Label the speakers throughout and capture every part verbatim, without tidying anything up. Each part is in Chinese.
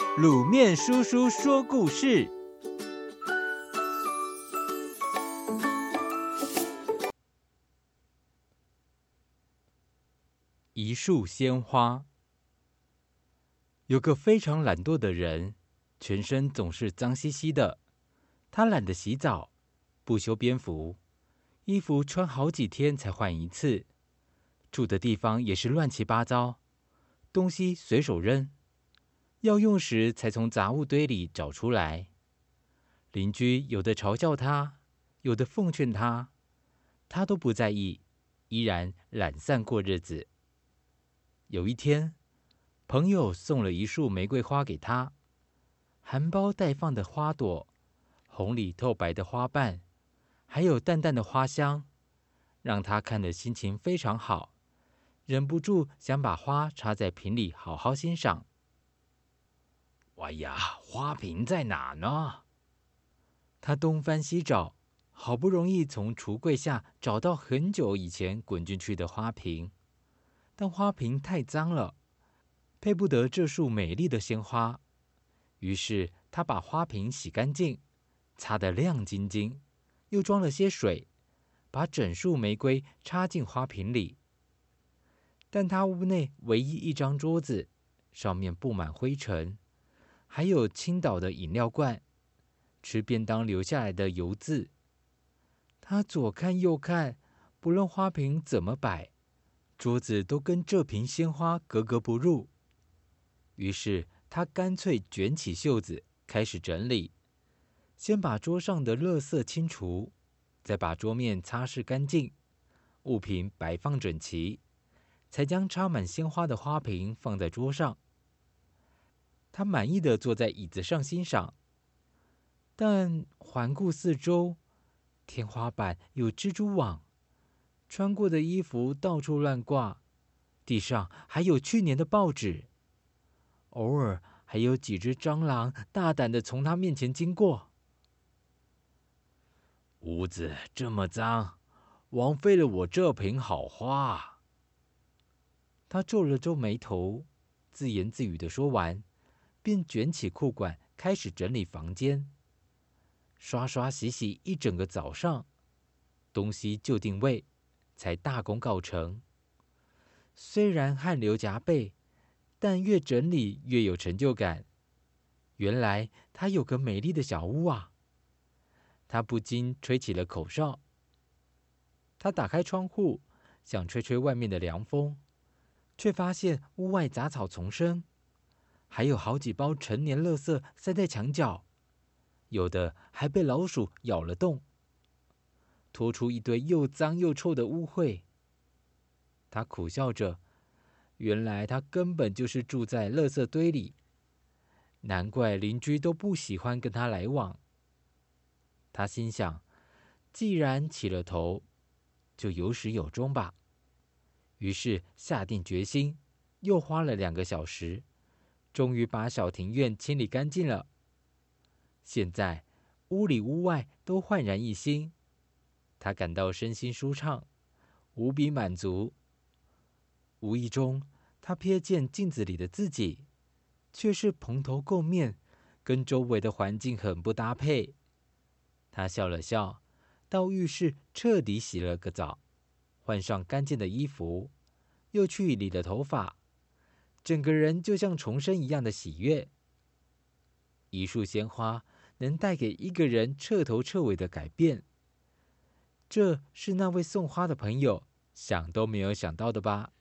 Speaker 1: 卤面叔叔说故事。一束鲜花。有个非常懒惰的人，全身总是脏兮兮的。他懒得洗澡，不修边幅，衣服穿好几天才换一次，住的地方也是乱七八糟，东西随手扔，要用时才从杂物堆里找出来。邻居有的嘲笑他，有的奉劝他，他都不在意，依然懒散过日子。有一天，朋友送了一束玫瑰花给他，含苞待放的花朵，红里透白的花瓣，还有淡淡的花香，让他看了心情非常好，忍不住想把花插在瓶里好好欣赏。哎呀，花瓶在哪呢？他东翻西找，好不容易从橱柜下找到很久以前滚进去的花瓶，但花瓶太脏了，配不得这束美丽的鲜花。于是他把花瓶洗干净，擦得亮晶晶，又装了些水，把整束玫瑰插进花瓶里。但他屋内唯一一张桌子，上面布满灰尘，还有倾倒的饮料罐，吃便当留下来的油渍。他左看右看，不论花瓶怎么摆，桌子都跟这瓶鲜花格格不入。于是他干脆卷起袖子，开始整理。先把桌上的垃圾清除，再把桌面擦拭干净，物品摆放整齐，才将插满鲜花的花瓶放在桌上。他满意的坐在椅子上欣赏，但环顾四周，天花板有蜘蛛网，穿过的衣服到处乱挂，地上还有去年的报纸，偶尔还有几只蟑螂大胆地从他面前经过。屋子这么脏，枉费了我这瓶好花。他皱了皱眉头，自言自语地说完，便卷起裤管开始整理房间。刷刷洗洗一整个早上，东西就定位，才大功告成。虽然汗流浃背，但越整理越有成就感。原来他有个美丽的小屋啊！他不禁吹起了口哨。他打开窗户，想吹吹外面的凉风，却发现屋外杂草丛生，还有好几包陈年垃圾塞在墙角，有的还被老鼠咬了洞，拖出一堆又脏又臭的污秽。他苦笑着，原来他根本就是住在垃圾堆里，难怪邻居都不喜欢跟他来往。他心想，既然起了头，就有始有终吧。于是下定决心，又花了两个小时，终于把小庭院清理干净了。现在屋里屋外都焕然一新，他感到身心舒畅，无比满足。无意中，他瞥见镜子里的自己，却是蓬头垢面，跟周围的环境很不搭配。他笑了笑，到浴室彻底洗了个澡，换上干净的衣服，又去理了头发，整个人就像重生一样的喜悦。一束鲜花能带给一个人彻头彻尾的改变，这是那位送花的朋友想都没有想到的吧？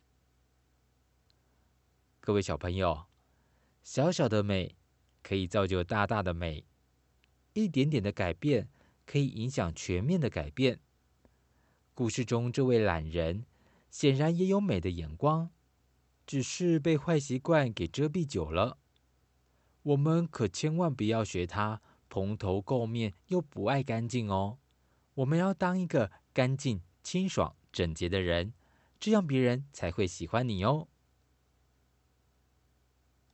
Speaker 1: 各位小朋友，小小的美可以造就大大的美，一点点的改变可以影响全面的改变。故事中这位懒人显然也有美的眼光，只是被坏习惯给遮蔽久了。我们可千万不要学他蓬头垢面又不爱干净哦。我们要当一个干净、清爽、整洁的人，这样别人才会喜欢你哦。